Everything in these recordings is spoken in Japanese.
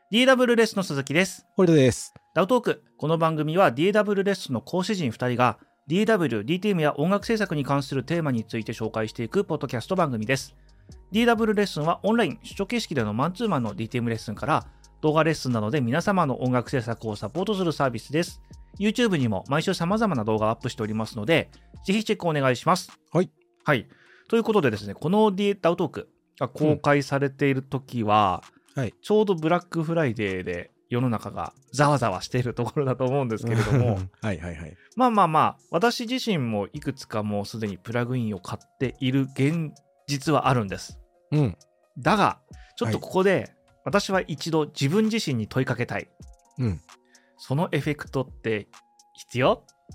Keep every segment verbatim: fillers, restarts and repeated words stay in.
ディーダブリュー レッスンの鈴木です。 堀田です。 ダウトーク。この番組は ディーダブリュー レッスンの講師陣ふたりが ディーダブリュー、ディーティーエム や音楽制作に関するテーマについて紹介していくポッドキャスト番組です。ディーダブリュー レッスンはオンライン、出張形式でのマンツーマンの ディーティーエム レッスンから動画レッスンなどで皆様の音楽制作をサポートするサービスです。YouTube にも毎週様々な動画をアップしておりますので、ぜひチェックお願いします。 はい。 はい。ということでですね、この D ダウトークが公開されているときは、うんはい、ちょうどブラックフライデーで世の中がざわざわしているところだと思うんですけれどもはいはいはい。 まあまあまあ、私自身もいくつかもうすでにプラグインを買っている現実はあるんです。 うん。 だが、ちょっとここで私は一度自分自身に問いかけたい。 うん。 そのエフェクトって必要って。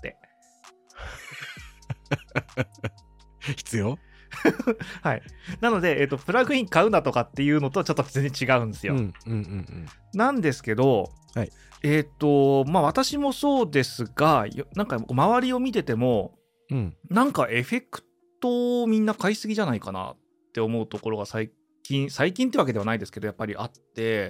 必要はい。なので、えっと、プラグイン買うなとかっていうのとちょっと全然違うんですよ。 うんうんうんうん、 なんですけど、 はい、 えっと、まあ私もそうですが、なんか周りを見てても、うん、なんかエフェクトをみんな買いすぎじゃないかなって思うところが最近、最近ってわけではないですけど、やっぱりあって、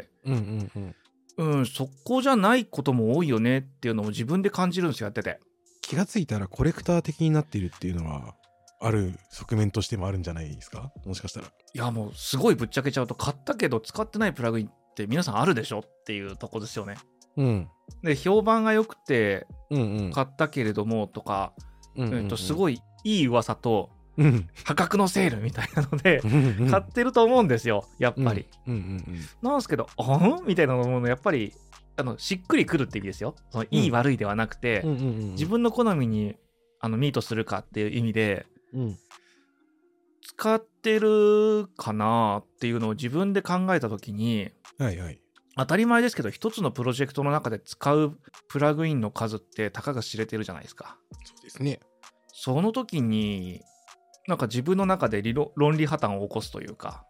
うんうんうん、うん、そこじゃないことも多いよねっていうのを自分で感じるんですよ、やってて。 気がついたらコレクター的になっているっていうのは、ある側面としてもあるんじゃないですか、もしかしたら。 いやもうすごいぶっちゃけちゃうと、買ったけど使ってないプラグインって皆さんあるでしょっていうとこですよね。 うん、で評判が良くて買ったけれどもとか、うんうんうん、とすごいいい噂と、うん、破格のセールみたいなので買ってると思うんですよ、やっぱり、うんうんうんうん、なんですけどあんみたいなものやっぱりあのしっくりくるって意味ですよ。そのいい悪いではなくて、うんうんうんうん、自分の好みにあのミートするかっていう意味で、うん、使ってるかなっていうのを自分で考えたときに、はいはい、当たり前ですけど一つのプロジェクトの中で使うプラグインの数ってたかが知れてるじゃないですか。 そうですね。 その時になんか自分の中で理論論理破綻を起こすというか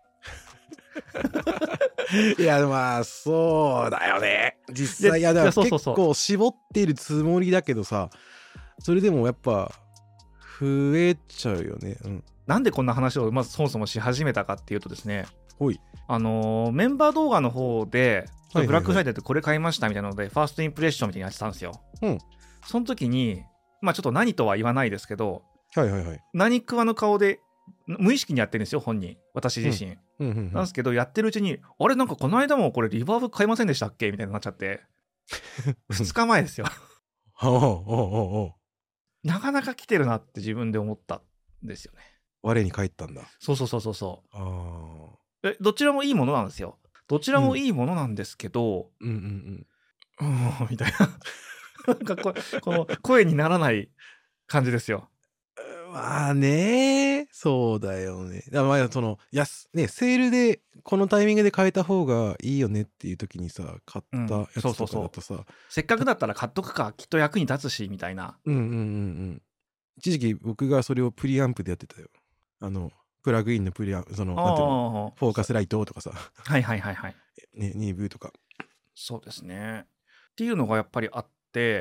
いやまあそうだよね実際。いやだから結構絞っているつもりだけどさ、それでもやっぱ増えちゃうよね、うん、 なんでこんな話をまずそもそもし始めたかっていうとですね、 ほい、 あのー、メンバー動画の方でブラックフライデーってこれ買いましたみたいなので、はいはいはい、ファーストインプレッションみたいにやってたんですよ、うん、その時にまあちょっと何とは言わないですけど、はいはいはい、何食わぬ顔で無意識にやってるんですよ、本人、私自身、うんうんうんうん、なんですけどやってるうちにあれなんかこの間もこれリバーブ買いませんでしたっけみたいになっちゃってふつかまえですよおうおうおう、なかなか来てるなって自分で思ったんですよね。 我に返ったんだ。 そうそうそうそうそう。あえどちらもいいものなんですよ。どちらもいいものなんですけど、うん、うんうんうんうんみたいななんかここの声にならない感じですよ。 まあね、そうだよね。だまあその安ね、セールでこのタイミングで買えた方がいいよねっていう時にさ、買ったやつとかだとさ、うん、そうそうそう、 せっかくだったら買っとくか、きっと役に立つしみたいな。 うんうんうんうん。一時期僕がそれをプリアンプでやってたよ。あのプラグインのプリアンプ、そのなんていうの、フォーカスライトとかさ、 はいはいはいはい。 ね、ニーブとか。そうですね。っていうのがやっぱりあって、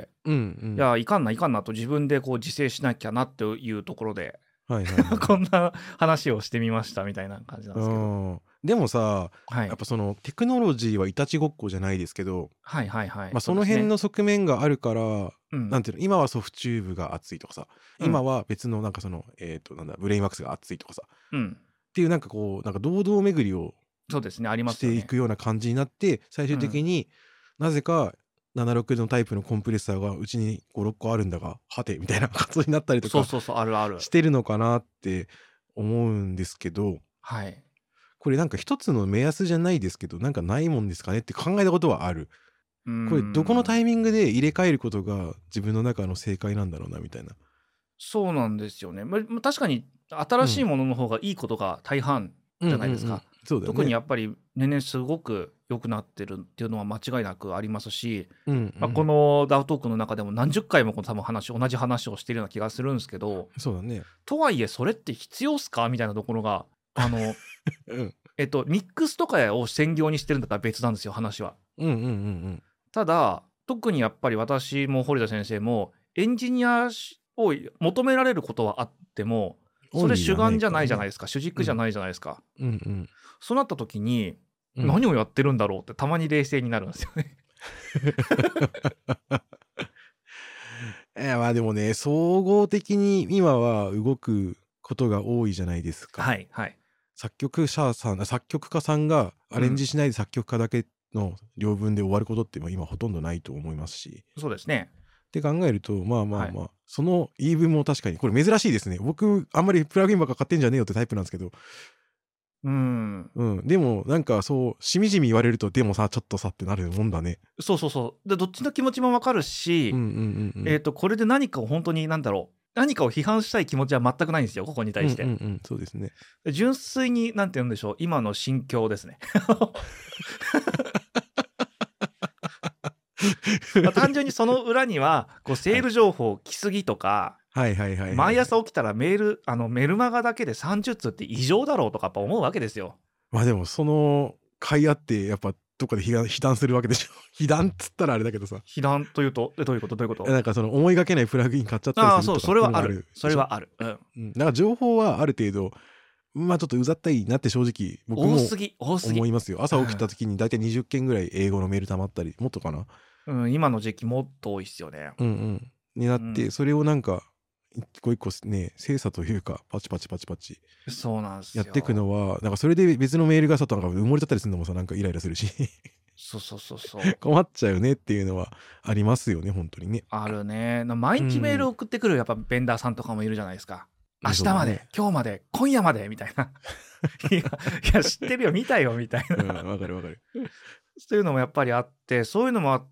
うんうん、いやいかんないかんなと自分でこう自制しなきゃなっていうところで、はいはいはい、こんな話をしてみましたみたいな感じなんですけど。 でもさ、はい、やっぱそのテクノロジーはいたちごっこじゃないですけど、はいはいはい、まあ、その辺の側面があるから、ね、なんていうの、今はソフトチューブが熱いとかさ、うん、今は別のなんかそのえっとなんだブレインワックスが熱いとかさ、うん、っていうなんかこうなんか堂々巡りをそうですねありますしていくような感じになって、最終的になぜかななじゅうろくのタイプのコンプレッサーがうちにご、ろっこあるんだがはてみたいな活動になったりとかそうそうそうあるあるしてるのかなって思うんですけど、はい、これなんか一つの目安じゃないですけどなんかないもんですかねって考えたことはある。これどこのタイミングで入れ替えることが自分の中の正解なんだろうなみたいな。 そうなんですよね、ま、確かに新しいものの方がいいことが大半じゃないですか。特にやっぱり年々すごく良くなってるっていうのは間違いなくありますし、うんうんまあ、このダウトークの中でも何十回も多分話同じ話をしてるような気がするんですけど、 そうだね。 とはいえそれって必要っすかみたいなところがあの、うんえっと、ミックスとかを専業にしてるんだったら別なんですよ話は、うんうんうんうん、ただ特にやっぱり私も堀田先生もエンジニアを求められることはあってもそれ主眼じゃないじゃないですか、主軸じゃないじゃないですか、うんうん、そうなった時にうん、何をやってるんだろうってたまに冷静になるんですよね。 いやまあでもね、総合的に今は動くことが多いじゃないですか。 はいはい。 作曲者さん、作曲家さんがアレンジしないで作曲家だけの両分で終わることって今ほとんどないと思いますし。 そうですね。 って考えると、まあまあまあ、はい、その言い分も確かに、これ珍しいですね。僕、あんまりプラグインばっか買ってんじゃねえよってタイプなんですけど。 うん。 うん。でも、なんかそう、しみじみ言われると、でもさ、ちょっとさってなるもんだね。 そうそうそう。で、どっちの気持ちもわかるし、うんうんうんうん、えっと、これで何かを本当に、なんだろう。何かを批判したい気持ちは全くないんですよ、ここに対して。うんうんうん、 そうですね。 純粋に、なんて言うんでしょう、今の心境ですね。まあ、単純にその裏にはこうセール情報来すぎとか、毎朝起きたらメールあのメルマガだけでさんじゅっつうって異常だろうとかやっぱ思うわけですよ。 まあでもその買い合ってやっぱどっかで被弾するわけでしょ。被弾っつったらあれだけどさ。 被弾というとどういうことどういうこと？ なんかその思いがけないプラグイン買っちゃったりするとか。ああそう、それはある。それはある。うん。 うん、だから情報はある程度まあちょっとうざったいなって正直僕も思いますよ。朝起きた時に大体にじゅっけんぐらい英語のメール溜まったりもっとかな。 うん、今の時期もっと多いっすよね。 うんうん。になって、うん、それをなんか一個一個ね精査というかパチパチパチパチそうなんですよやっていくのはなんかそれで別のメールがさとなんか埋もれちゃったりするのもさなんかイライラするしそうそうそうそう困っちゃうねっていうのはありますよね本当にね。 あるね。毎日メール送ってくるやっぱベンダーさんとかもいるじゃないですか。うん、明日まで、ね、今日まで今夜までみたいな。いやいや知ってるよ見たよみたいな。 うん、わかるわかる。 そういうのもやっぱりあってそういうのもあって、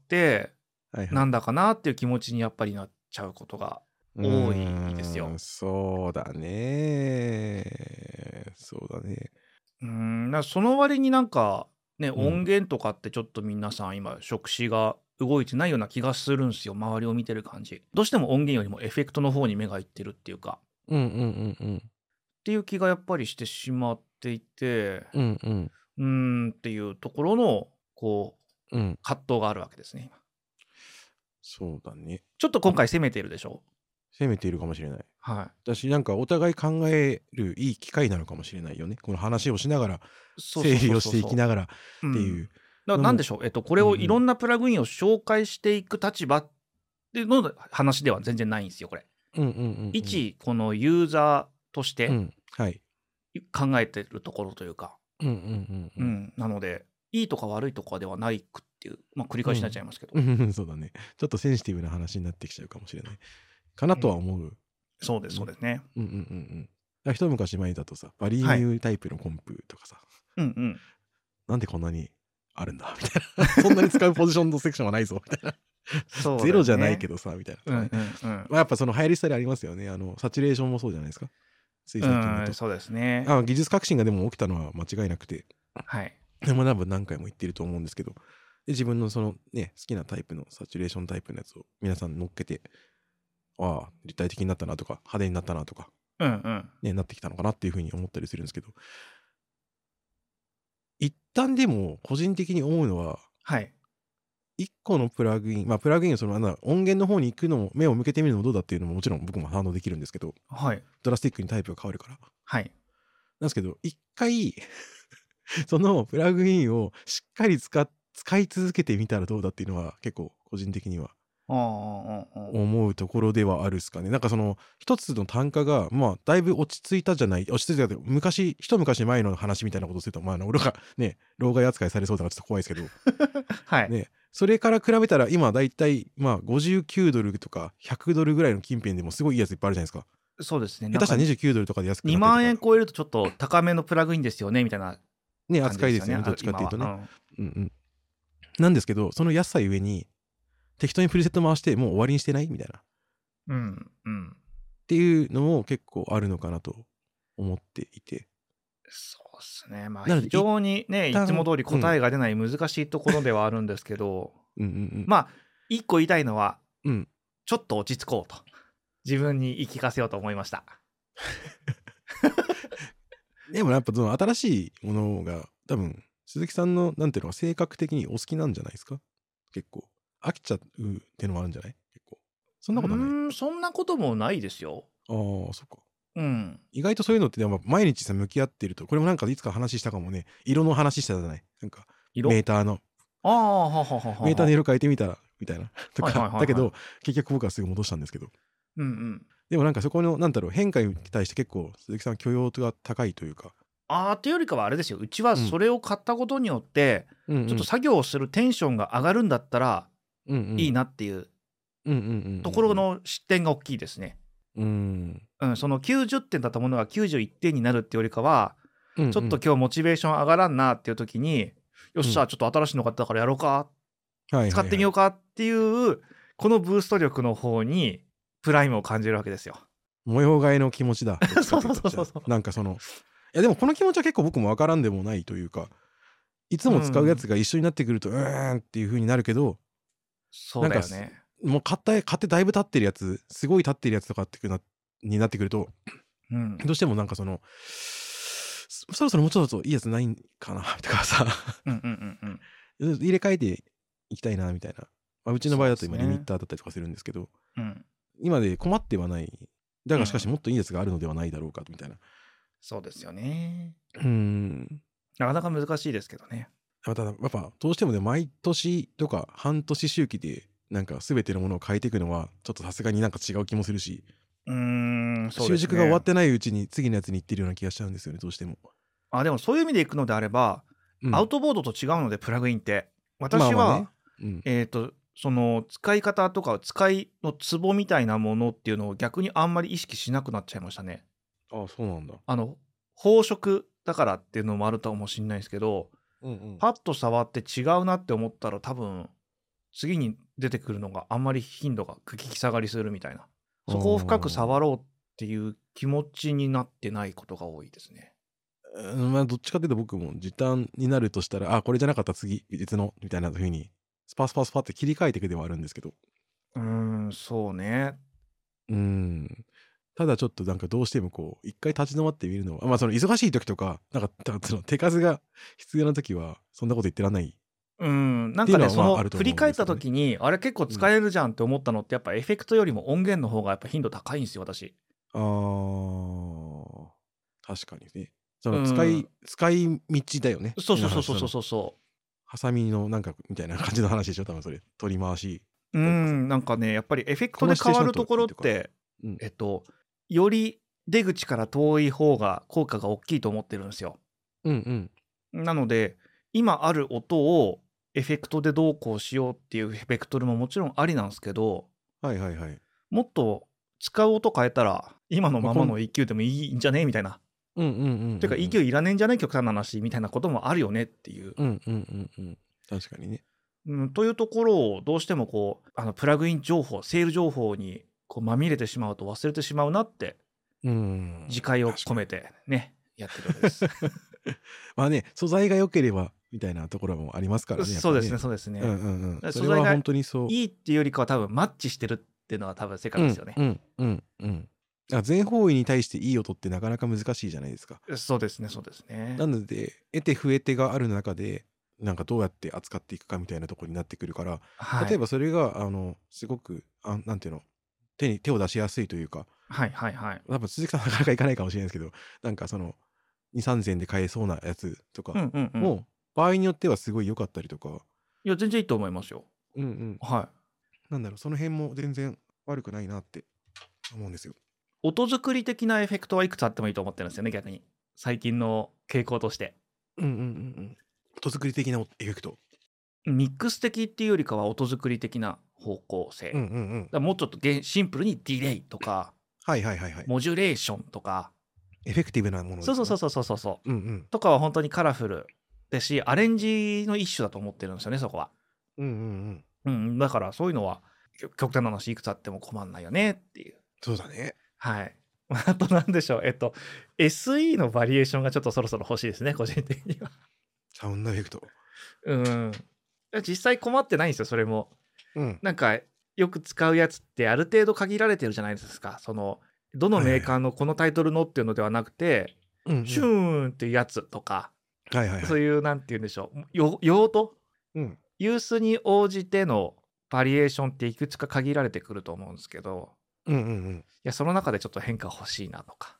はいはい、なんだかなっていう気持ちにやっぱりなっちゃうことが多いですよ。 そうだねそうだね。 うんだその割になんかね、うん、音源とかってちょっと皆さん今触手が動いてないような気がするんですよ。周りを見てる感じ。どうしても音源よりもエフェクトの方に目がいってるっていうか。 うんうんうんうん。 っていう気がやっぱりしてしまっていて、 うんうん。 うーんっていうところのこう、うん、葛藤があるわけですね。 そうだね。 ちょっと今回攻めてるでしょ。 攻めているかもしれない。 はい。 私なんかお互い考えるいい機会なのかもしれないよね。この話をしながら整理をしていきながらっていう。 だから何でしょう。えっとこれをいろんなプラグインを紹介していく立場っていうの話では全然ないんですよこれ。 うんうんうんうん、 一このユーザーとして考えてるところというか。 うんうんうんうん。うん、 なのでいいとか悪いとかではないくっていう、まあ、繰り返しになっちゃいますけど、 うん、そうだね。ちょっとセンシティブな話になってきちゃうかもしれないかなとは思う、うん、 そうですそうですね。 うんうんうんうん。一昔前だとさバリーミュータイプのコンプとかさ、 はい、うんうん、 なんでこんなにあるんだみたいなそんなに使うポジションのセクションはないぞみたいなそう、ね、ゼロじゃないけどさみたいな、ね、うんうんうん、まあ、やっぱその流行り廃りありますよね。あのサチュレーションもそうじゃないですか。つい最近だと、うん、 そうですね。 あ技術革新がでも起きたのは間違いなくて、 はい、 でも多分何回も言ってると思うんですけど、で自分のそのね好きなタイプのサチュレーションタイプのやつを皆さん乗っけて、ああ立体的になったなとか派手になったなとか、 うんうんね、なってきたのかなっていうふうに思ったりするんですけど、一旦でも個人的に思うのは、 はい、 いっこのプラグイン、まあプラグインをその音源の方に行くのも目を向けてみるのもどうだっていうのももちろん僕も反応できるんですけど、 はい、 ドラスティックにタイプが変わるから、 はい、 なんですけど一回そのプラグインをしっかり使っ使い続けてみたらどうだっていうのは結構個人的には思うところではあるっすかね。なんかその一つの単価がまあだいぶ落ち着いたじゃない落ち着いたけど昔一昔前の話みたいなことするとまあ俺がね老害扱いされそうだからちょっと怖いですけどはいねそれから比べたら今だいたいまあごじゅうきゅうドルとかひゃくドルぐらいの近辺でもすごいいいやついっぱいあるじゃないですか。 そうですね。 下手したらにじゅうきゅうドルとかで安くなってるとかにまんえん超えるとちょっと高めのプラグインですよねみたいなね扱いですよね。どっちかっていうとね。うんうんなんですけどその安さゆえに適当にプリセット回してもう終わりにしてないみたいな、 うんうん、 っていうのも結構あるのかなと思っていて、 そうですね。まあ非常にねいつも通り答えが出ない難しいところではあるんですけど、うんうんうん、まあ一個言いたいのは、うん、ちょっと落ち着こうと自分に言い聞かせようと思いましたでもやっぱその新しいものが多分鈴木さんのなんていうのか性格的にお好きなんじゃないですか。結構飽きちゃうってのもあるんじゃない。結構そんなことない。 うんそんなこともないですよ。 ああそっか。 うん、 意外とそういうのってでも毎日さ向き合ってると、これもなんかいつか話したかもね、色の話したじゃない、なんかメーターのああははははメーターで色変えてみたらみたいなとか、 はいはいはいはい、 だけど結局僕はすぐ戻したんですけど、 うんうん、 でもなんかそこのなんだろう変化に対して結構鈴木さん許容が高いというか。 あーというよりかはあれですよ、うちはそれを買ったことによって、うん、ちょっと作業をするテンションが上がるんだったらいいなっていうところの失点が大きいですね。うん、うん、そのきゅうじゅってんだったものがきゅうじゅういってんになるってよりかは、うんうん、ちょっと今日モチベーション上がらんなっていう時に、よっしゃ、ちょっと新しいの買ったからやろうか、うん、使ってみようかっていう、はいはいはい、このブースト力の方にプライムを感じるわけですよ。 模様替えの気持ちだ。そうそうそうそう。なんかそのいやでもこの気持ちは結構僕も分からんでもないというか、いつも使うやつが一緒になってくるとうーんっていう風になるけど、 そうだよね。 もう買った買ってだいぶ経ってるやつ、すごい経ってるやつとかってなになってくると、うん、どうしてもなんかそのそろそろもうちょっといいやつないんかなとかさ、うんうんうんうん、入れ替えていきたいなみたいな、まあ、うちの場合だと今リミッターだったりとかするんですけど、うん、今で困ってはない、だがしかしもっといいやつがあるのではないだろうかみたいな。 そうですよね。うん。なかなか難しいですけどね。 ただやっぱどうしてもね、毎年とか半年周期でなんか全てのものを変えていくのはちょっとさすがになんか違う気もするし、うーん、そうですね、習熟が終わってないうちに次のやつに行ってるような気がしちゃうんですよね、どうしても。 あ、でもそういう意味でいくのであれば、うん、アウトボードと違うのでプラグインって私は、まあまあね、うん、えっとその使い方とか使いのツボみたいなものっていうのを逆にあんまり意識しなくなっちゃいましたね。 ああ、そうなんだ。 あの宝飾だからっていうのもあるかもしれないですけど、うんうん、パッと触って違うなって思ったら多分次に出てくるのがあんまり頻度が激下がりするみたいな、そこを深く触ろうっていう気持ちになってないことが多いですね。 うん、まあどっちかというと僕も時短になるとしたら、あ、これじゃなかった次別のみたいな風にスパスパスパって切り替えていくではあるんですけど。 うーん、そうね。 うーん。ただちょっとなんかどうしてもこう一回立ち止まってみるのは、まあその忙しい時とか、なんかその手数が必要な時はそんなこと言ってらんない。 うん、なんかね、その振り返った時にあれ結構使えるじゃんって思ったのって、やっぱエフェクトよりも音源の方がやっぱ頻度高いんですよ、私。 あー、確かにね。その使い、使い道だよね。 そうそうそうそうそうそう。 ハサミのなんかみたいな感じの話でしょ、多分それ。取り回し。 うん、なんかね、やっぱりエフェクトで変わるところって、うん、えっと、より出口から遠い方が効果が大きいと思ってるんですよ。うんうん。なので、今ある音をエフェクトでどうこうしようっていうベクトルももちろんありなんですけど、 はいはいはい。 もっと使う音変えたら、今のままの イーキュー でもいいんじゃねみたいな。うんうんうんうん。てか イーキュー いらねえんじゃね極端な話みたいなこともあるよねっていう。 うんうんうんうん。確かにね。 うん、というところをどうしてもこうあのプラグイン情報、セール情報にこうまみれてしまうと忘れてしまうなって、うん、自戒を込めてねやってるわけです。 まあね、素材が良ければみたいなところもありますからね。 そうですね、そうですね。うんうんうん、素材が本当にそういいっていうよりかは多分マッチしてるっていうのは多分世界ですよね。 うんうんうんうん。全方位に対していい音ってなかなか難しいじゃないですか。 そうですね、そうですね。 なので得手不得手がある中でなんかどうやって扱っていくかみたいなところになってくるから、はい、例えばそれがあのすごくあなんていうの手に手を出しやすいというか、 はいはいはい。 多分鈴木さんなかなかいかないかもしれないですけど、なんかそのに、さんぜんえんで買えそうなやつとかも、うんうんうん、場合によってはすごい良かったりとか。 いや全然いいと思いますよ。うんうん。はい。 なんだろう、その辺も全然悪くないなって思うんですよ。 音作り的なエフェクトはいくつあってもいいと思ってるんですよね、逆に。最近の傾向として。 うんうんうんうん。音作り的なエフェクト。 ミックス的っていうよりかは音作り的な方向性。うんうんうん、だもうちょっとシンプルにディレイとか、 はいはいはいはい、 モジュレーションとか。 エフェクティブなものですね。 そうそうそうそうそうそう、うんうん、とかは本当にカラフルですし、アレンジの一種だと思ってるんですよね、そこは。うんうんうん。うん、だからそういうのは極端な話いくつあっても困んないよねっていう。 そうだね。 はい。あと何でしょう、えっと エスイー のバリエーションがちょっとそろそろ欲しいですね、個人的には。 サウンドエフェクト。 うん。実際困ってないんですよ、それも。うん、なんかよく使うやつってある程度限られてるじゃないですか。そのどのメーカーのこのタイトルのっていうのではなくて、はいはい、シューンっていうやつとか、はいはいはい、そういうなんて言うんでしょう、用途、うん、ユースに応じてのバリエーションっていくつか限られてくると思うんですけど、うんうんうん、いやその中でちょっと変化欲しいなとか。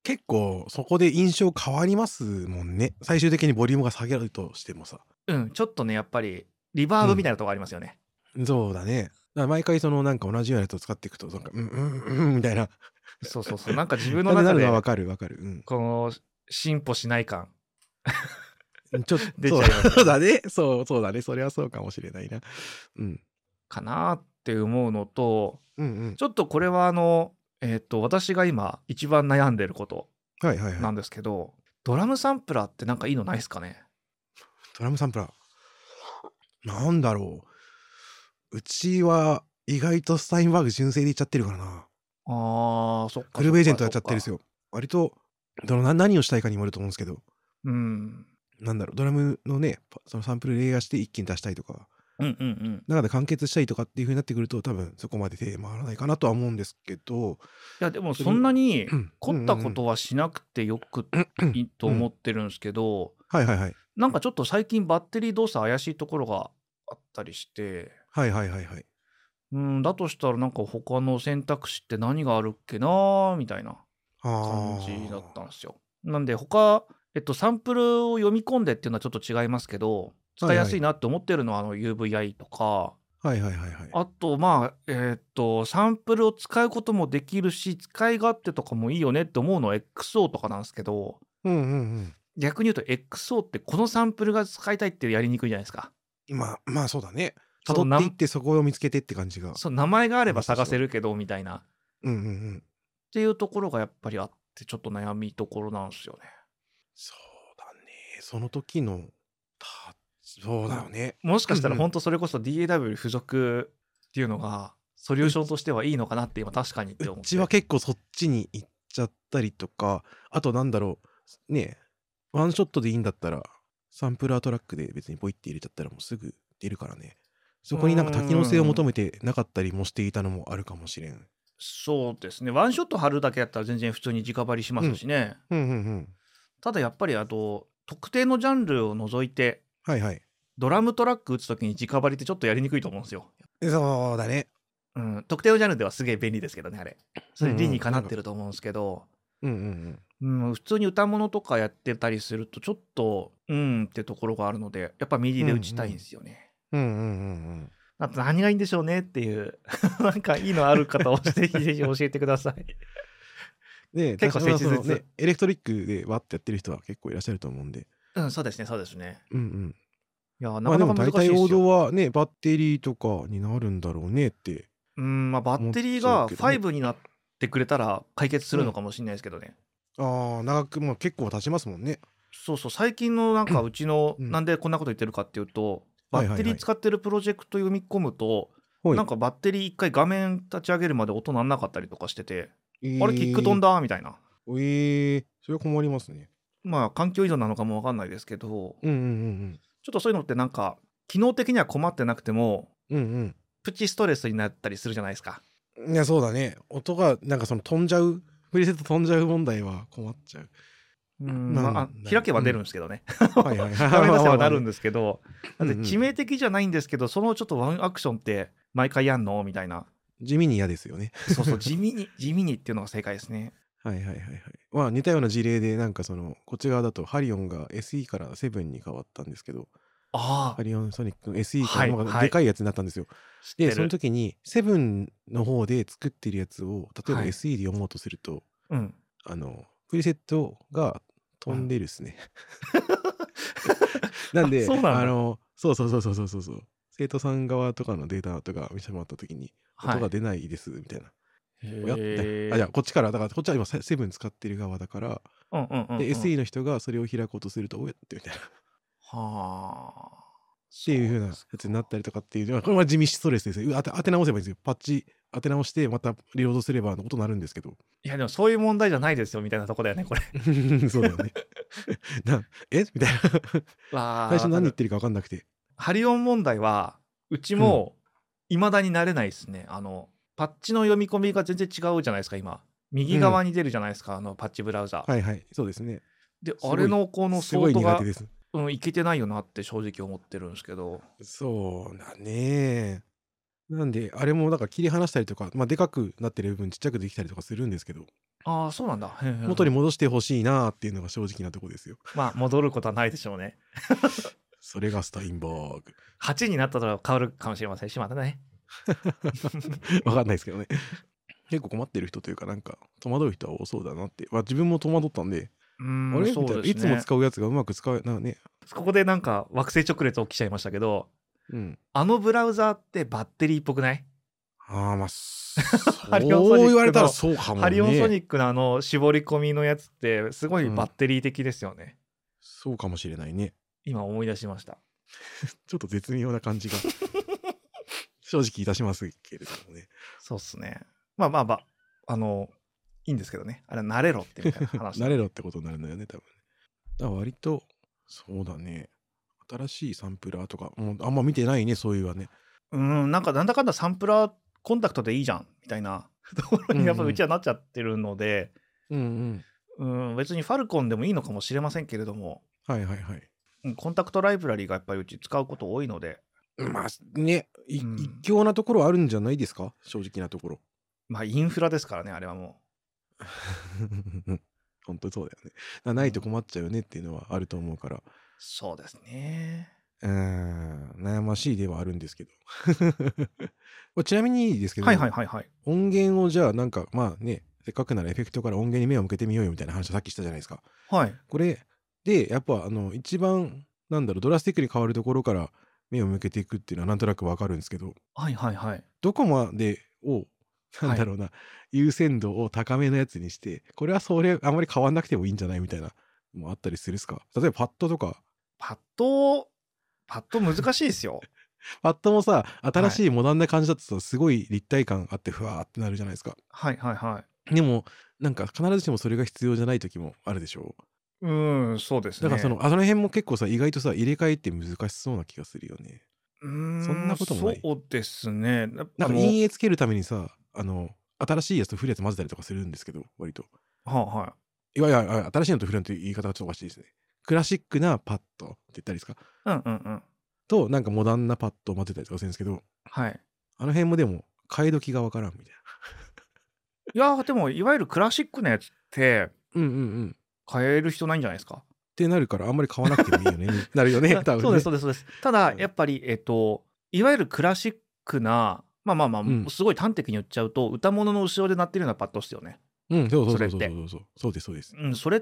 結構そこで印象変わりますもんね。最終的にボリュームが下げるとしてもさ。 うん、ちょっとね、やっぱりリバーブみたいなとこありますよね。 うん、そうだね。だから毎回そのなんか同じようなやつを使っていくと、なんか、うんうんうんみたいな。 そうそうそう。なんか自分の中で、 わかるわかる。うん、 この進歩しない感。 ちょっと出ちゃいます、ね、そうだね。そう、そうだね。それはそうかもしれないな。うん。 かなって思うのと、 うんうん、 ちょっとこれはあの、えっと、私が今一番悩んでることなんですけど、はいはいはい、ドラムサンプラーってなんかいいのないですかね？ ドラムサンプラー。なんだろう。うちは意外とスタインバーグ純正でいっちゃってるからな。 あー、そっか。 グルーブエージェントやっちゃってるんですよ。割と、どの何をしたいかにもよると思うんですけど。 うん。 なんだろう、ドラムのね、そのサンプルレイヤーして一気に出したいとか、 うんうんうん、 中で完結したいとかっていう風になってくると、多分そこまで手回らないかなとは思うんですけど。 いや、でもそんなに凝ったことはしなくてよくいいと思ってるんですけど、 はいはいはい。 なんかちょっと最近バッテリー動作怪しいところがあったりして、 はいはいはいはい。 うん、だとしたらなんか他の選択肢って何があるっけなーみたいな感じだったんですよ。なんで他、えっと、サンプルを読み込んでっていうのはちょっと違いますけど、使いやすいなって思ってるのはあの ユーブイアイ とか、 はいはいはいはい。 あとまあえー、っとサンプルを使うこともできるし、使い勝手とかもいいよねって思うのは エックスオー とかなんですけど、 うんうんうん、 逆に言うと エックスオー ってこのサンプルが使いたいってやりにくいじゃないですか。 まあまあそうだね。辿っていってそこを見つけてって感じが。 そう、名前があれば探せるけどみたいな。 うんうんうん。 っていうところがやっぱりあって、ちょっと悩みどころなんですよね。 そうだね。その時のそうだよね。 もしかしたら本当それこそ ディーエーダブリュー 付属っていうのがソリューションとしてはいいのかなって今確かにって思って。 うちは結構そっちに行っちゃったりとか、あとなんだろうね、ワンショットでいいんだったらサンプラートラックで別にポイって入れちゃったらもうすぐ出るからね。そこになんか多機能性を求めてなかったりもしていたのもあるかもしれん。 そうですね。ワンショット貼るだけやったら全然普通に直張りしますしね。 うんうんうんうん、 ただやっぱりあと特定のジャンルを除いて、 はいはい、 ドラムトラック打つときに直張りってちょっとやりにくいと思うんですよ。 そうだね。 うん、特定のジャンルではすげえ便利ですけどね、あれ。それ理にかなってると思うんですけど、 うんうんうん、普通に歌物とかやってたりするとちょっとうんってところがあるので、やっぱミディで打ちたいんですよね。 うんうんうんうん。 あと何がいいんでしょうねっていうなんかいいのある方をぜひぜひ教えてください。 ね、結構切実、ね、エレクトリックでワッてやってる人は結構いらっしゃると思うんで。 うん、そうですねそうですね。 うんうん。 いやなかなか難しいですよ。 まあでも大体王道はねバッテリーとかになるんだろうねって。 うん、まあバッテリーがごになってくれたら解決するのかもしれないですけどね。 うん、ああ長くまあ結構経ちますもんね。 そうそう最近のなんかうちの、うん、なんでこんなこと言ってるかっていうと、バッテリー使ってるプロジェクト読み込むと、はいはいはい、なんかバッテリー一回画面立ち上げるまで音なんなかったりとかしてて、えー、あれキック飛んだみたいな。 えー、それは困りますね。 まあ環境依存なのかも分かんないですけど、 うんうんうんうん、 ちょっとそういうのってなんか機能的には困ってなくても、 うんうん、 プチストレスになったりするじゃないですか。 いやそうだね。音がなんかその飛んじゃうプリセット飛んじゃう問題は困っちゃう。 うん、まあ、あ開けば出るんですけどね。はいはいはい。画面出せばなるんですけど、だって致命的じゃないんですけど、そのちょっとワンアクションって毎回やんのみたいな。 地味に嫌ですよね。 そうそう、地味に、地味にっていうのが正解ですね。 はいはいはいはい。まあ似たような事例で、なんかその、こっち側だとハリオンが エスイー からセブンに変わったんですけど、 あハリオンソニックの エスイー から、はい、でかいやつになったんですよ。で、その時にセブンの方で作ってるやつを、例えば エスイー で読もうとすると、はい、あの、プリセットが飛んでるっすね。うん、なんで、あ, あの、そうそうそうそうそうそう。生徒さん側とかのデータとか見せてもらった時に、音が出ないです、みたいな。はい、あ、じゃあこっちから、だからこっちは今セブン使ってる側だから、 うんうんうんうん、 で エスイー の人がそれを開こうとすると、おやってみたいな。はあ。っていう風なやつになったりとかっていう、これは地味ストレスですよ。当て、当て直せばいいんですよ。パッチ当て直してまたリロードすればのことになるんですけど。 いやでもそういう問題じゃないですよみたいなとこだよねこれ。 そうだよね。なえみたいな。最初何言ってるか分かんなくて。 ハリオン問題はうちも未だに慣れないですね。うん、あのパッチの読み込みが全然違うじゃないですか今。右側に出るじゃないですか、うん、あのパッチブラウザ。 はいはいそうですね。 であれのこのソートがうん、いけてないよなって正直思ってるんですけど。 そうだね。なんであれもなんか切り離したりとか、まあ、でかくなってる部分ちっちゃくできたりとかするんですけど、 ああ、そうなんだ。へーへー元に戻してほしいなっていうのが正直なとこですよ。 まあ、戻ることはないでしょうね。 それがスタインバーグ。 はちになったら変わるかもしれませんし、またね。 わかんないですけどね。結構困ってる人というか、なんか戸惑う人は多そうだなって。まあ、自分も戸惑ったんで、 うーん、 あれみたいな、 そうですね。 いつも使うやつがうまく使えなね。 ここでなんか惑星直列起きちゃいましたけど、 うん、 あのブラウザーってバッテリーっぽくない？ ああ、まあ、そう言われたらそうかもね。 ハリオンソニックのあの絞り込みのやつってすごいバッテリー的ですよね。うん、 そうかもしれないね。 今思い出しました。 ちょっと絶妙な感じが正直いたしますけれどもね。 そうっすね。まあまあまあ、あの、いいんですけどね。あれ慣れろってみたいな話。 慣れろってことになるんだよね、多分。だから割と、そうだね。新しいサンプラーとか、もうあんま見てないね、そういうはね。 うん、なんかなんだかんだサンプラーコンタクトでいいじゃんみたいなところにやっぱうちはなっちゃってるので、 うんうん、 うん、別にファルコンでもいいのかもしれませんけれども、 はいはいはい。 コンタクトライブラリがやっぱりうち使うこと多いので、 まあね、い、うん、一強なところあるんじゃないですか、正直なところ。 まあインフラですからね、あれはもう。本当そうだよね。ないと困っちゃうよねっていうのはあると思うから。うん、 そうですね。 うん、悩ましいではあるんですけど。ちなみにですけど、 はいはいはいはい。 音源をじゃあなんかまあね、せっかくならエフェクトから音源に目を向けてみようよみたいな話をさっきしたじゃないですか。 はい。 これでやっぱあの一番なんだろう、ドラスティックに変わるところから目を向けていくっていうのはなんとなくわかるんですけど、 はいはいはい。 どこまでをなんだろうな、はい、優先度を高めのやつにして、これはそれあまり変わんなくてもいいんじゃないみたいなのもあったりするっすか？例えばパッドとか。 パッドパッド難しいですよ。 パッドもさ、新しいモダンな感じだとさ、すごい立体感あってふわーってなるじゃないですか。 はいはいはい。 でもなんか必ずしもそれが必要じゃない時もあるでしょう。うん、そうですね。 だからそのあの辺も結構さ、意外とさ入れ替えって難しそうな気がするよね。 うーん、 そんなこともない。 そうですね。 なんか陰影つけるためにさ、あの新しいやつと古いやつ混ぜたりとかするんですけど、割と。 はあはい。 いやいや、新しいのと古いのという言い方がちょっとおかしいですね。クラシックなパッドって言ったらいいですか。 うんうんうん。 と、なんかモダンなパッドを混ぜたりとかするんですけど、 はい。 あの辺もでも、替え時がわからんみたいな。 いや、でも、いわゆるクラシックなやつって、 うんうんうん。 変える必要ないんじゃないですか。 ってなるから、あんまり買わなくてもいいよね。なるよね、多分ね。 そうです、そうです、そうです。ただ、やっぱり、えっと、いわゆるクラシックな、まあまあまあ、うん、すごい端的に言っちゃうと、歌物の後ろで鳴ってるようなパッドですよね。 うん、そうそうそうそうそうそう。そうです、そうです。 うん、それって、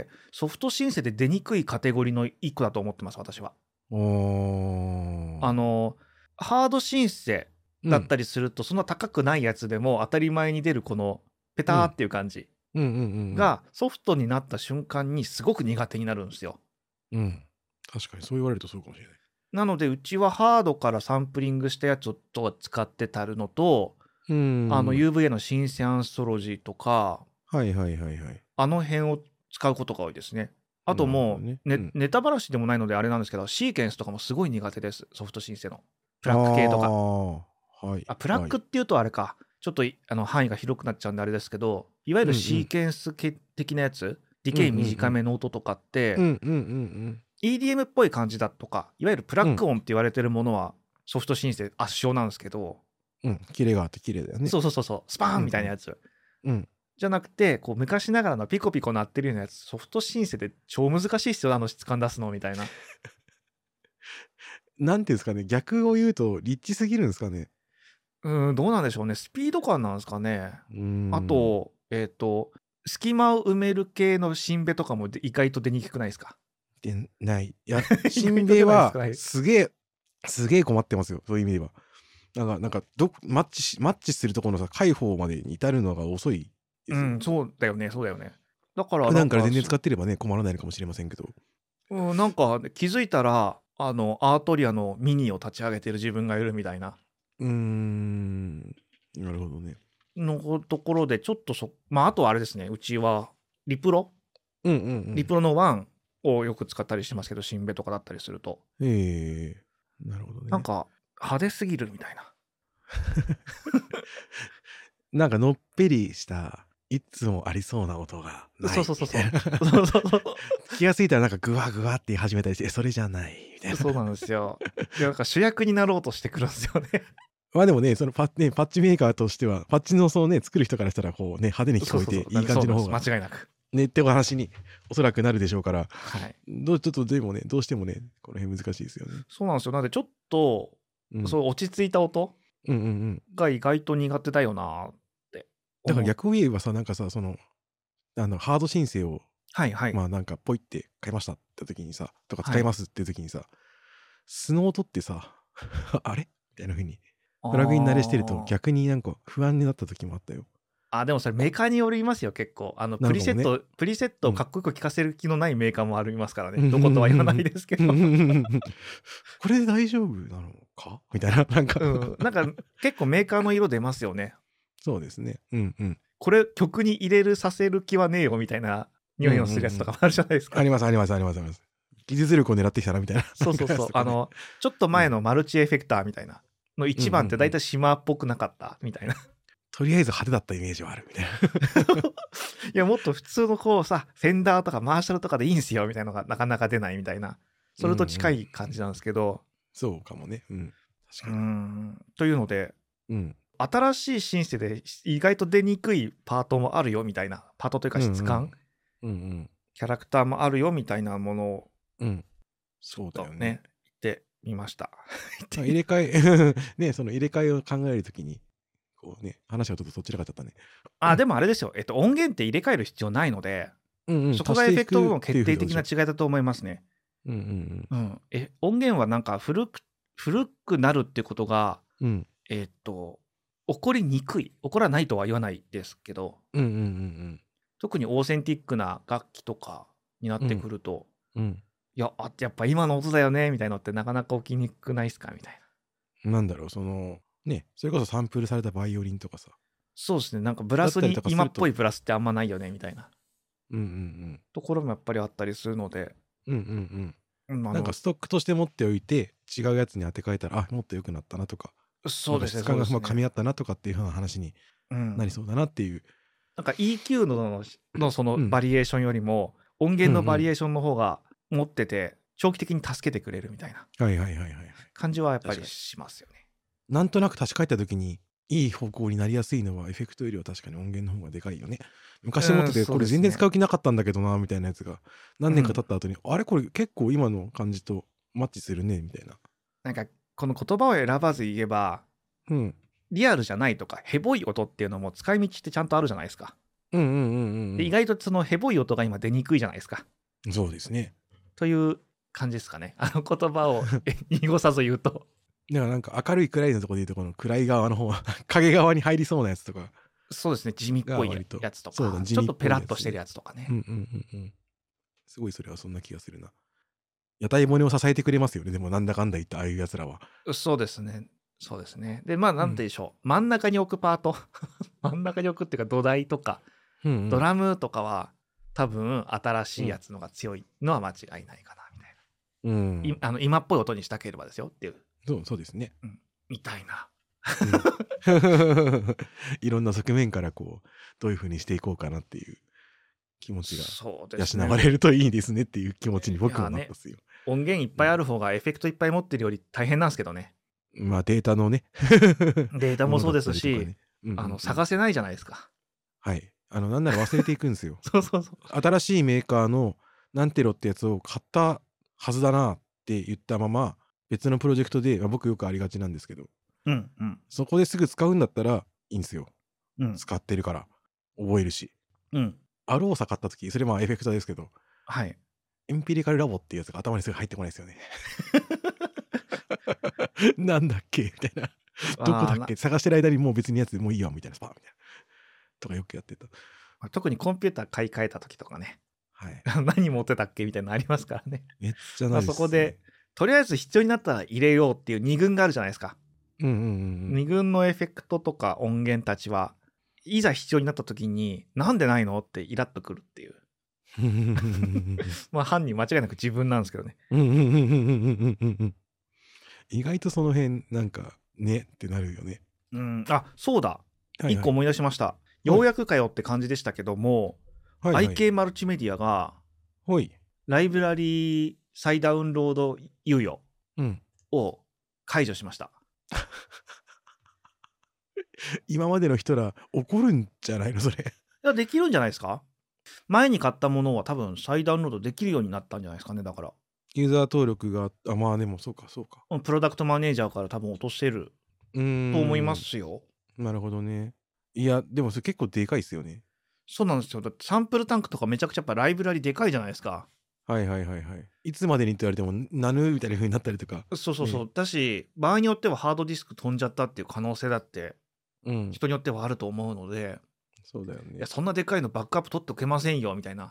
ソフトシンセで出にくいカテゴリーの一個だと思ってます、私は。 おあの、ハードシンセだったりすると、うん、そんな高くないやつでも当たり前に出るこのペターっていう感じがソフトになった瞬間にすごく苦手になるんですよ。 うん、確かにそう言われるとそうかもしれない。 なのでうちはハードからサンプリングしたやつを使ってたるのと、うん、あの ユーブイエー のシンセアンソロジーとか、 はいはいはいはい、 あの辺を使うことが多いですね。あともう、ねねうん、ネタばらしでもないのであれなんですけど、シーケンスとかもすごい苦手です、ソフトシンセの。プラック系とか。あ、はい、あプラックっていうとあれか、はい、ちょっとあの範囲が広くなっちゃうんであれですけど、いわゆるシーケンス的なやつ、うんうん、ディケイ短めの音とかって、イーディーエム っぽい感じだとか、いわゆるプラック音って言われてるものはソフトシンセ圧勝なんですけど、 うん、キレがあって綺麗だよね。 そうそうそうそう、スパーンみたいなやつ。 うん、うんじゃなくて、こう昔ながらのピコピコ鳴ってるようなやつ、ソフトシンセで超難しいっすよ、あの質感出すのみたいな。 なんていうんですかね、逆を言うと、リッチすぎるんですかね。 うん、どうなんでしょうね、スピード感なんですかね。あと、えっと、隙間を埋める系のシンベとかも意外と出にくくないですか？ でない。いや、シンベはすげえ、すげえ困ってますよ、そういう意味では。なんか、なんかどマッチし、マッチするところのさ、解放までに至るのが遅い。 うん、そうだよね、そうだよね。だから普段から全然使ってればね、困らないのかもしれませんけど。 うん、なんか気づいたら、あの、アートリアのミニを立ち上げてる自分がいるみたいな。 うーん、なるほどね。 のところで、ちょっとそ、まあ、あとはあれですね、うちは、リプロ、 うんうんうん、 リプロのワンをよく使ったりしてますけど、シンベとかだったりすると。 へえ、なるほどね。 なんか、派手すぎるみたいな。 なんかのっぺりしたいつもありそうな音がない。 そうそうそうそう気がついたらなんかグワグワって言い始めたりして、それじゃないみたいな。 そうなんですよ。でなんか主役になろうとしてくるんですよね。 まあでもね、そのパッ、ね、パッチメーカーとしては、パッチのそのね、作る人からしたら、こうね、派手に聞こえて、いい感じの方が。 間違いなく。 ね、ってお話におそらくなるでしょうから、 はい。 どうちょっとでもね、どうしてもね、この辺難しいですよね。 そうなんですよ。なんでちょっと、うん、そう落ち着いた音が意外と苦手だよなって。 だから逆を言えばさ、なんかさ、その、あの、ハード申請を、 はいはい。 まあなんか、ポイって買いましたって時にさ、とか使いますって時にさ、はい、素の音ってさ、あれみたいな風に、プラグイン慣れしてると逆になんか不安になった時もあったよ。 あ、でもそれメーカーによりますよ、結構。あの、プリセット、ね、プリセットをかっこよく聞かせる気のないメーカーもありますからね。うん、どことは言わないですけど。 これで大丈夫なのかみたいな、なんかうん。なんか結構メーカーの色出ますよね。 そうですね。うんうん。 これ曲に入れるさせる気はねえよみたいな匂いのするやつとかもあるじゃないですか。 ありますありますありますあります。技術力を狙ってきたなみたいな。 そうそうそう。あの、ちょっと前のマルチエフェクターみたいなのいちばんって大体シマーっぽくなかったみたいな。 とりあえず派手だったイメージはあるみたいな。 いや、もっと普通のこうさ、フェンダーとかマーシャルとかでいいんすよみたいなのがなかなか出ないみたいな。それと近い感じなんですけど。うんうん、 そうかもね。うん。確かに。 うんというので、 うん、 新しいシンセで意外と出にくいパートもあるよみたいな。パートというか質感、 うんうんうんうん、 キャラクターもあるよみたいなものを、 うん、そうだよね。 ね、言ってみました。 入れ替え、ね、その入れ替えを考えるときに、こうね、話はちょっとそっちらかっちゃったね。 あ、でもあれですよ。えっと、音源って入れ替える必要ないので、うんうん、そこがエフェクトの決定的な違いだと思いますね。 うんうんうん。うん、 え音源はなんか古く、古くなるってことが、 うん、 えっと、起こりにくい。起こらないとは言わないですけど、 うんうんうんうん、 特にオーセンティックな楽器とかになってくると、 うんうん、 いや、あ、やっぱ今の音だよねみたいなのってなかなか起きにくないっすかみたいな。なんだろう、その、ね、それこそサンプルされたバイオリンとかさ。 そうですね、なんかブラスに今っぽいブラスってあんまないよねみたいな、 うんうんうん、 ところもやっぱりあったりするので、 うんうんうん、なんかストックとして持っておいて違うやつに当て替えたら、あ、もっと良くなったなとか、 そうですね、 質感が噛み合ったなとかっていう風な話になりそうだなっていう、うん、 なんか イーキュー ののそのバリエーションよりも、うん、音源のバリエーションの方が持ってて長期的に助けてくれるみたいな感じはやっぱりしますよね。 なんとなく立ち返った時にいい方向になりやすいのはエフェクトよりは確かに音源の方がでかいよね。昔持っててこれ全然使う気なかったんだけどなみたいなやつが何年か経った後に、うん、あれこれ結構今の感じとマッチするねみたいな。 なんかこの言葉を選ばず言えば、うん、リアルじゃないとかヘボい音っていうのも使い道ってちゃんとあるじゃないですか。 うんうんうんうん、うん、 で意外とそのヘボい音が今出にくいじゃないですか。 そうですね。 という感じですかね。あの言葉を濁さず言うと。 だからなんか明るい暗いのところでいうとこの暗い側の方影側に入りそうなやつとか。 そうですね、地味っぽいやつとか、ね、ちょっとペラッとしてるやつとかね。 うんうんうんうん。すごいそれはそんな気がするな。屋台骨を支えてくれますよね。でもなんだかんだ言ったああいうやつらは。 そうですね。そうですね。でまあなんてでしょう、うん、真ん中に置くパート真ん中に置くっていうか土台とか、うんうん、ドラムとかは多分新しいやつのが強いのは間違いないかなみたいな。うん、あの今っぽい音にしたければですよっていう。 そうそうですね。 うん、みたいな。 いろんな側面からこうどういう風にしていこうかなっていう気持ちが養われるといいですねっていう気持ちに僕はなったっすよ。 ね、音源いっぱいある方がエフェクトいっぱい持ってるより大変なんですけどね。 まあデータのねデータもそうですし、ね、うんうんうん、あの探せないじゃないですか。 はい。あのなんなら忘れていくんですよ。 そうそうそう。 新しいメーカーのナンテロってやつを買ったはずだなって言ったまま別のプロジェクトで、まあ、僕よくありがちなんですけど、 うんうん、 そこですぐ使うんだったらいいんですよ、 うん、 使ってるから覚えるし、 うん、 アローサ買った時それまあエフェクターですけど、 はい、 エンピリカルラボっていうやつが頭にすぐ入ってこないですよね。なんだっけみたいな。どこだっけ探してる間にもう別にやつもういいわみたいなスパーみたいなとかよくやってた。 特にコンピューター買い替えた時とかね、 はい、 何持ってたっけみたいなのありますからね。 めっちゃないですね。 まあ、そこでとりあえず必要になったら入れようっていうに軍があるじゃないですか。 うんうんうんうん、 に軍のエフェクトとか音源たちはいざ必要になった時になんでないのってイラッとくるっていう。まあ犯人間違いなく自分なんですけどね。 意外とその辺なんかねってなるよね。 うん、あ、そうだ、はいはい、いっこ思い出しました、はい、ようやくかよって感じでしたけども、はいはい、アイケー マルチメディアが、 はい、 ライブラリー再ダウンロード猶予を解除しました、 今までの人ら怒るんじゃないのそれ。いや、できるんじゃないですか。前に買ったものは多分再ダウンロードできるようになったんじゃないですかね。だからユーザー登録があまあでもそうかそうか。 プロダクトマネージャーから多分落とせると思いますよ。 なるほどね。いやでもそれ結構でかいですよね。 そうなんですよ。だってサンプルタンクとかめちゃくちゃやっぱライブラリでかいじゃないですか。 はいはいはいはい。いつまでにって言われてもなぬみたいな風になったりとか。 そうそうそう、ね、だし場合によってはハードディスク飛んじゃったっていう可能性だって、うん、人によってはあると思うので。 そうだよね。 いやそんなでかいのバックアップ取っておけませんよみたいな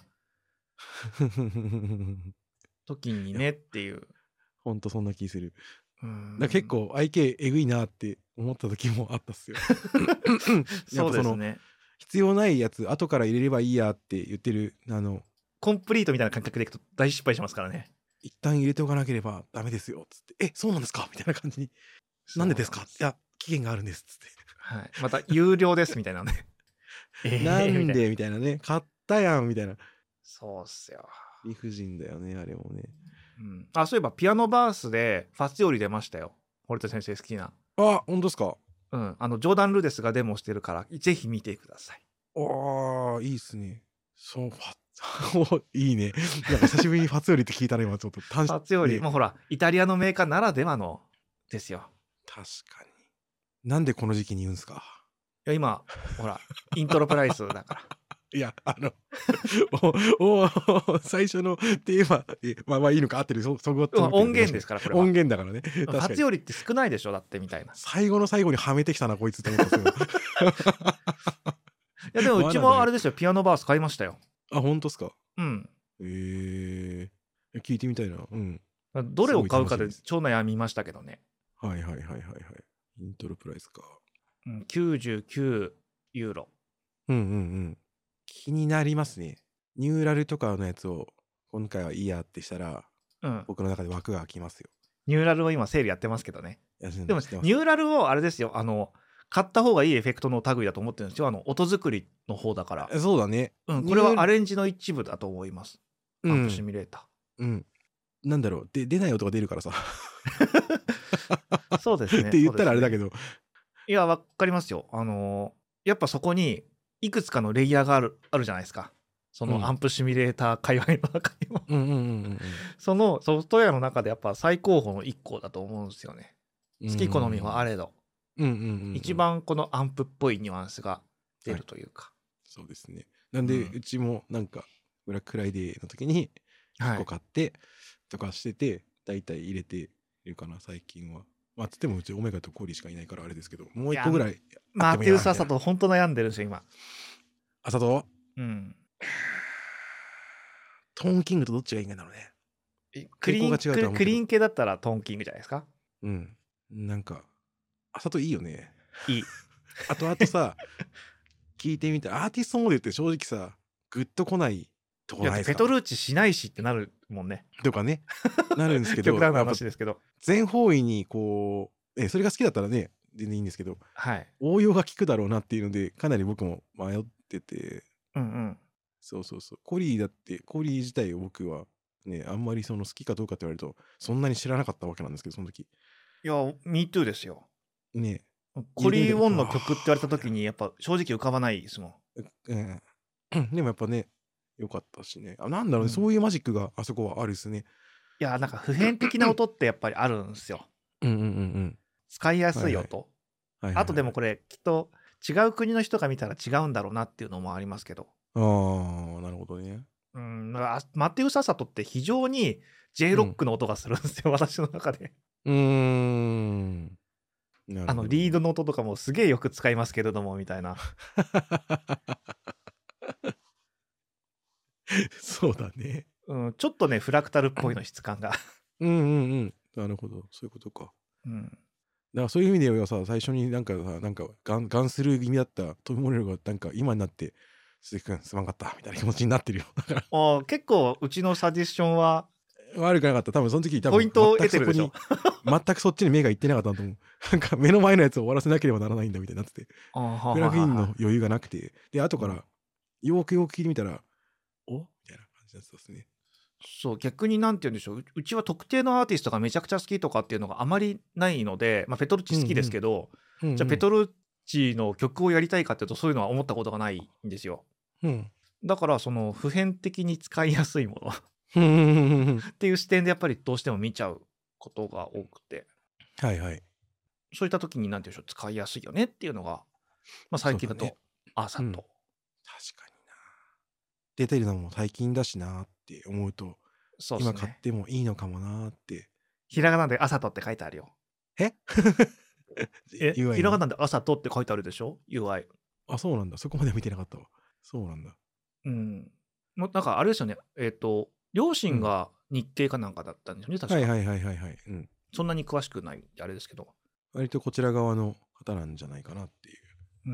時にねっていう。 ほんとそんな気する。うんだ結構 アイケー えぐいなって思った時もあったっすよ。 そうですね。 必要ないやつ後から入れればいいやって言ってるあのコンプリートみたいな感覚でいくと大失敗しますからね。 一旦入れておかなければダメですよっつって「えそうなんですか?」みたいな感じに「なんでですか?」いや期限があるんですっつって、 はい、また有料ですみたいなねえー、なんでみたいなね買ったやんみたいな。 そうっすよ。 理不尽だよねあれもね。 うん、あそういえばピアノバースでファツより出ましたよ。堀田先生好きな。 あ本当ですか。 うん、あのジョーダン・ルデスがデモしてるからぜひ見てください。 ああいいっすね。そうファいいね。なんか久しぶりにファツよりって聞いたら今ちょっとファツより、ね、もうほらイタリアのメーカーならではのですよ。 確かに。なんでこの時期に言うんすか。 いや今ほらイントロプライスだから。 いやあのおお最初のテーマまあまあいいのか合ってるそそこ音源ですからこれは。 音源だからね。 ファツよりって少ないでしょだってみたいな。 最後の最後にはめてきたなこいつって思ったんですよ。 いやでもうちもあれですよピアノバース買いましたよ。 あ本当ですか。 うん。 ええー、聞いてみたいな。うん。 どれを買うかで超悩みましたけどね。 はいはいはいはいはい。イントロプライスか。 うん、きゅうじゅうきゅうユーロ。 うんうんうん。気になりますね。ニューラルとかのやつを今回はいいやってしたら、うん、僕の中で枠が空きますよ。 ニューラルを今セールやってますけどね。でもニューラルをあれですよ、あの買った方がいいエフェクトの類だと思ってるんですよ。あの音作りの方だから。 そうだね。 うん、これはアレンジの一部だと思います。アンプシミュレーター。うん。うん、なんだろうで出ない音が出るからさ。 そうですね。 って言ったらあれだけど。 いやわかりますよ。あのー、やっぱそこにいくつかのレイヤーがあるあるじゃないですか。そのアンプシミュレーター界隈の中にも。そのソフトウェアの中でやっぱ最高峰のいっこだと思うんですよね。好き好みはあれど。一番このアンプっぽいニュアンスが出るというか。 はい、そうですね。なんで、うん、うちもなんかブラックフライデーの時にいっこ買ってとかしてて、だいたい入れているかな最近は。まあつってもうちオメガとコーリーしかいないからあれですけど、もういっこぐらいマテウス・アサト本当悩んでるんですよ今。 アサト？ うん。 トーンキングとどっちがいいんだろうね。クリーンクリーン系だったらトーンキングじゃないですか。 うん。なんかアサトいいよね。 いい。 あとあとさ聞いてみたアーティストモデルって正直さグッとこないとこないですか。 ペトルーチしないしってなるもんね。 とかねなるんですけど極端な話ですけど全方位にこう、えそれが好きだったらね全然いいんですけど、 はい、 応用が効くだろうなっていうのでかなり僕も迷ってて、 うんうん、 そうそうそうコリーだってコリー自体を僕はねあんまりその好きかどうかって言われるとそんなに知らなかったわけなんですけどその時。 いや Me too ですよね。 コリー・ウォンの曲って言われた時にやっぱ正直浮かばないですもん。 えー、でもやっぱねよかったしね。あなんだろうね、うん、そういうマジックがあそこはあるですね。 いやなんか普遍的な音ってやっぱりあるんですよ。 うんうんうんうん。 使いやすい音。はいはい、あとでもこれきっと違う国の人が見たら違うんだろうなっていうのもありますけど。 ああなるほどね。 うん、マテウス・アサトって非常に J ロックの音がするんですよ、うん、私の中で。 うーん。 あのリードの音とかもすげえよく使いますけれどもみたいな。 そうだね、 うん、ちょっとねフラクタルっぽいの質感がうんうんうんなるほどそういうことか。うん、だからそういう意味ではさ最初になんかさなんかガンガンする気味だったトム・モレルがなんか今になって鈴木君すまんかったみたいな気持ちになってるよ。だからあ結構うちのサジェッションは悪くなかった。多分その時多分ポイントを得てるでしょ。 全くそっちに目がいってなかったと思う。なんか目の前のやつを終わらせなければならないんだみたいになってて、プラグインの余裕がなくて、で後からよくよく聞いてみたら、おみたいな感じだったですね。 そう逆になんて言うんでしょう。うちは特定のアーティストがめちゃくちゃ好きとかっていうのがあまりないので、まあペトルッチ好きですけど、うんうん、じゃあペトルッチの曲をやりたいかっていうとそういうのは思ったことがないんですよ。 うん、 だからその普遍的に使いやすいものっていう視点でやっぱりどうしても見ちゃうことが多くて、 はいはい、 そういった時に何て言うんでしょう、使いやすいよねっていうのが、まあ、最近だと朝と、うん、確かにな、出てるのも最近だしなって思うと、そうですね、今買ってもいいのかもなって。 ひらがなで朝とって書いてあるよ。 ええひらがなで朝とって書いてあるでしょ ユーアイ。 あ、そうなんだ。そこまで見てなかったわ。そうなんだ。 うん。もうなんかあれですよね。えっ、ー、と、両親が日系かなんかだったんですよね、うん、確か。 はいはいはいはいはい。うん。 そんなに詳しくないあれですけど。 割とこちら側の方なんじゃないかなっていう、 うん、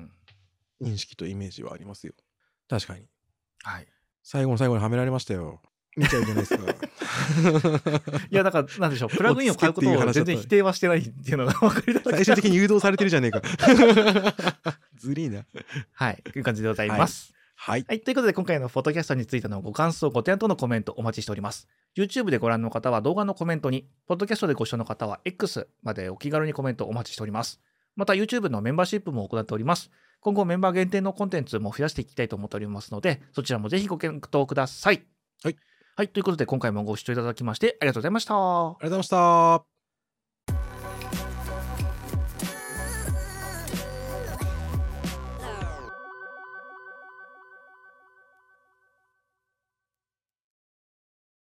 認識とイメージはありますよ。確かに。 はい。 最後の最後にはめられましたよ。見ちゃうじゃないですか。 いやだからなんでしょう、プラグインを買うことを全然否定はしてないっていうのが分かりだ最終的に誘導されてるじゃねえか。ずりーな。 はい、という感じでございます。 はい、 はいはい、ということで今回のポッドキャストについてのご感想ご提案等のコメントお待ちしております。 YouTube でご覧の方は動画のコメントに、ポッドキャストでご視聴の方は X までお気軽にコメントお待ちしております。また YouTube のメンバーシップも行っております。今後メンバー限定のコンテンツも増やしていきたいと思っておりますので、そちらもぜひご検討ください。 はい、 はい、ということで今回もご視聴いただきましてありがとうございました。ありがとうございました。